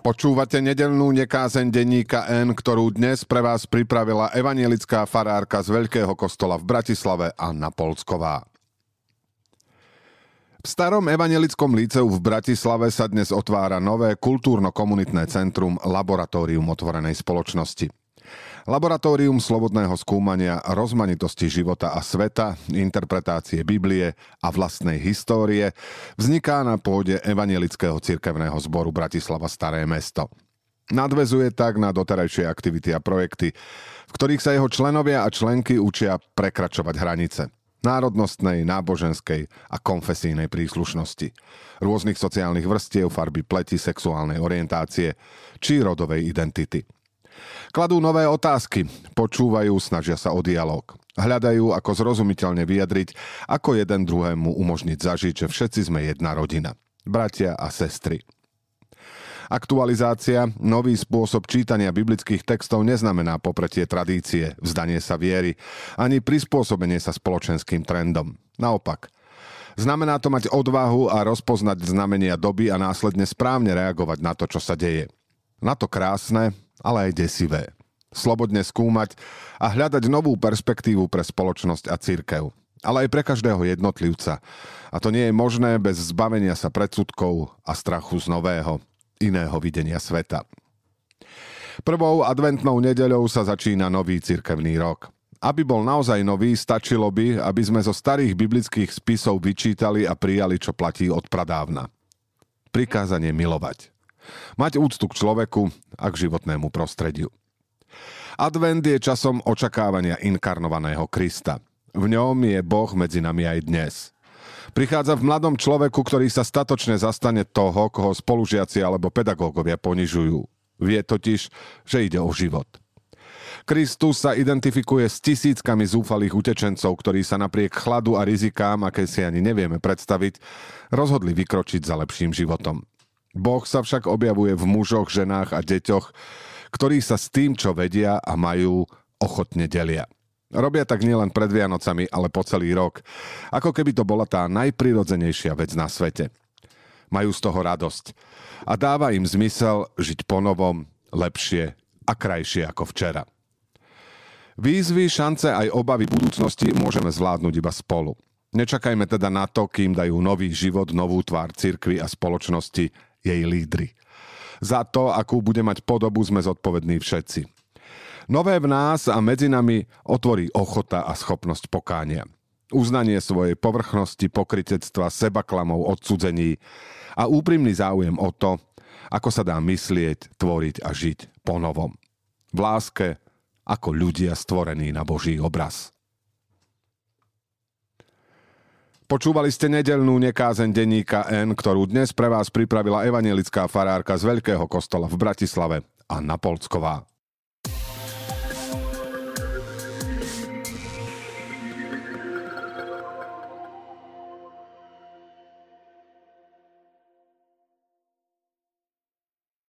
Počúvate nedeľnú nekázeň denníka N, ktorú dnes pre vás pripravila evanjelická farárka z Veľkého kostola v Bratislave Anna Polcková. V starom evanjelickom líceu v Bratislave sa dnes otvára nové kultúrno-komunitné centrum Laboratórium otvorenej spoločnosti. Laboratórium slobodného skúmania rozmanitosti života a sveta, interpretácie Biblie a vlastnej histórie vzniká na pôde evanjelického cirkevného zboru Bratislava Staré Mesto. Nadväzuje tak na doterajšie aktivity a projekty, v ktorých sa jeho členovia a členky učia prekračovať hranice národnostnej, náboženskej a konfesijnej príslušnosti, rôznych sociálnych vrstiev, farby pleti, sexuálnej orientácie či rodovej identity. Kladú nové otázky, počúvajú, snažia sa o dialóg. Hľadajú, ako zrozumiteľne vyjadriť, ako jeden druhému umožniť zažiť, že všetci sme jedna rodina, bratia a sestry. Aktualizácia, nový spôsob čítania biblických textov neznamená popretie tradície, vzdanie sa viery, ani prispôsobenie sa spoločenským trendom. Naopak, znamená to mať odvahu a rozpoznať znamenia doby a následne správne reagovať na to, čo sa deje. Na to krásne, ale aj desivé. Slobodne skúmať a hľadať novú perspektívu pre spoločnosť a cirkev. Ale aj pre každého jednotlivca. A to nie je možné bez zbavenia sa predsudkov a strachu z nového, iného videnia sveta. Prvou adventnou nedeľou sa začína nový cirkevný rok. Aby bol naozaj nový, stačilo by, aby sme zo starých biblických spisov vyčítali a prijali, čo platí od pradávna. Prikázanie milovať. Mať úctu k človeku a k životnému prostrediu. Advent je časom očakávania inkarnovaného Krista. V ňom je Boh medzi nami aj dnes. Prichádza v mladom človeku, ktorý sa statočne zastane toho, koho spolužiaci alebo pedagógovia ponižujú. Vie totiž, že ide o život. Kristus sa identifikuje s tisíckami zúfalých utečencov, ktorí sa napriek chladu a rizikám, aké si ani nevieme predstaviť, rozhodli vykročiť za lepším životom. Boh sa však objavuje v mužoch, ženách a deťoch, ktorí sa s tým, čo vedia a majú, ochotne delia. Robia tak nielen pred Vianocami, ale po celý rok. Ako keby to bola tá najprirodzenejšia vec na svete. Majú z toho radosť. A dáva im zmysel žiť ponovom, lepšie a krajšie ako včera. Výzvy, šance aj obavy budúcnosti môžeme zvládnuť iba spolu. Nečakajme teda na to, kým dajú nový život, novú tvár cirkvi a spoločnosti jej lídri. Za to, akú bude mať podobu, sme zodpovední všetci. Nové v nás a medzi nami otvorí ochota a schopnosť pokánia. Uznanie svojej povrchnosti, pokrytectva, sebaklamov, odcudzení a úprimný záujem o to, ako sa dá myslieť, tvoriť a žiť ponovom. V láske ako ľudia stvorení na Boží obraz. Počúvali ste nedeľnú nekázeň denníka N, ktorú dnes pre vás pripravila evanjelická farárka z Veľkého kostola v Bratislave Anna Polcková.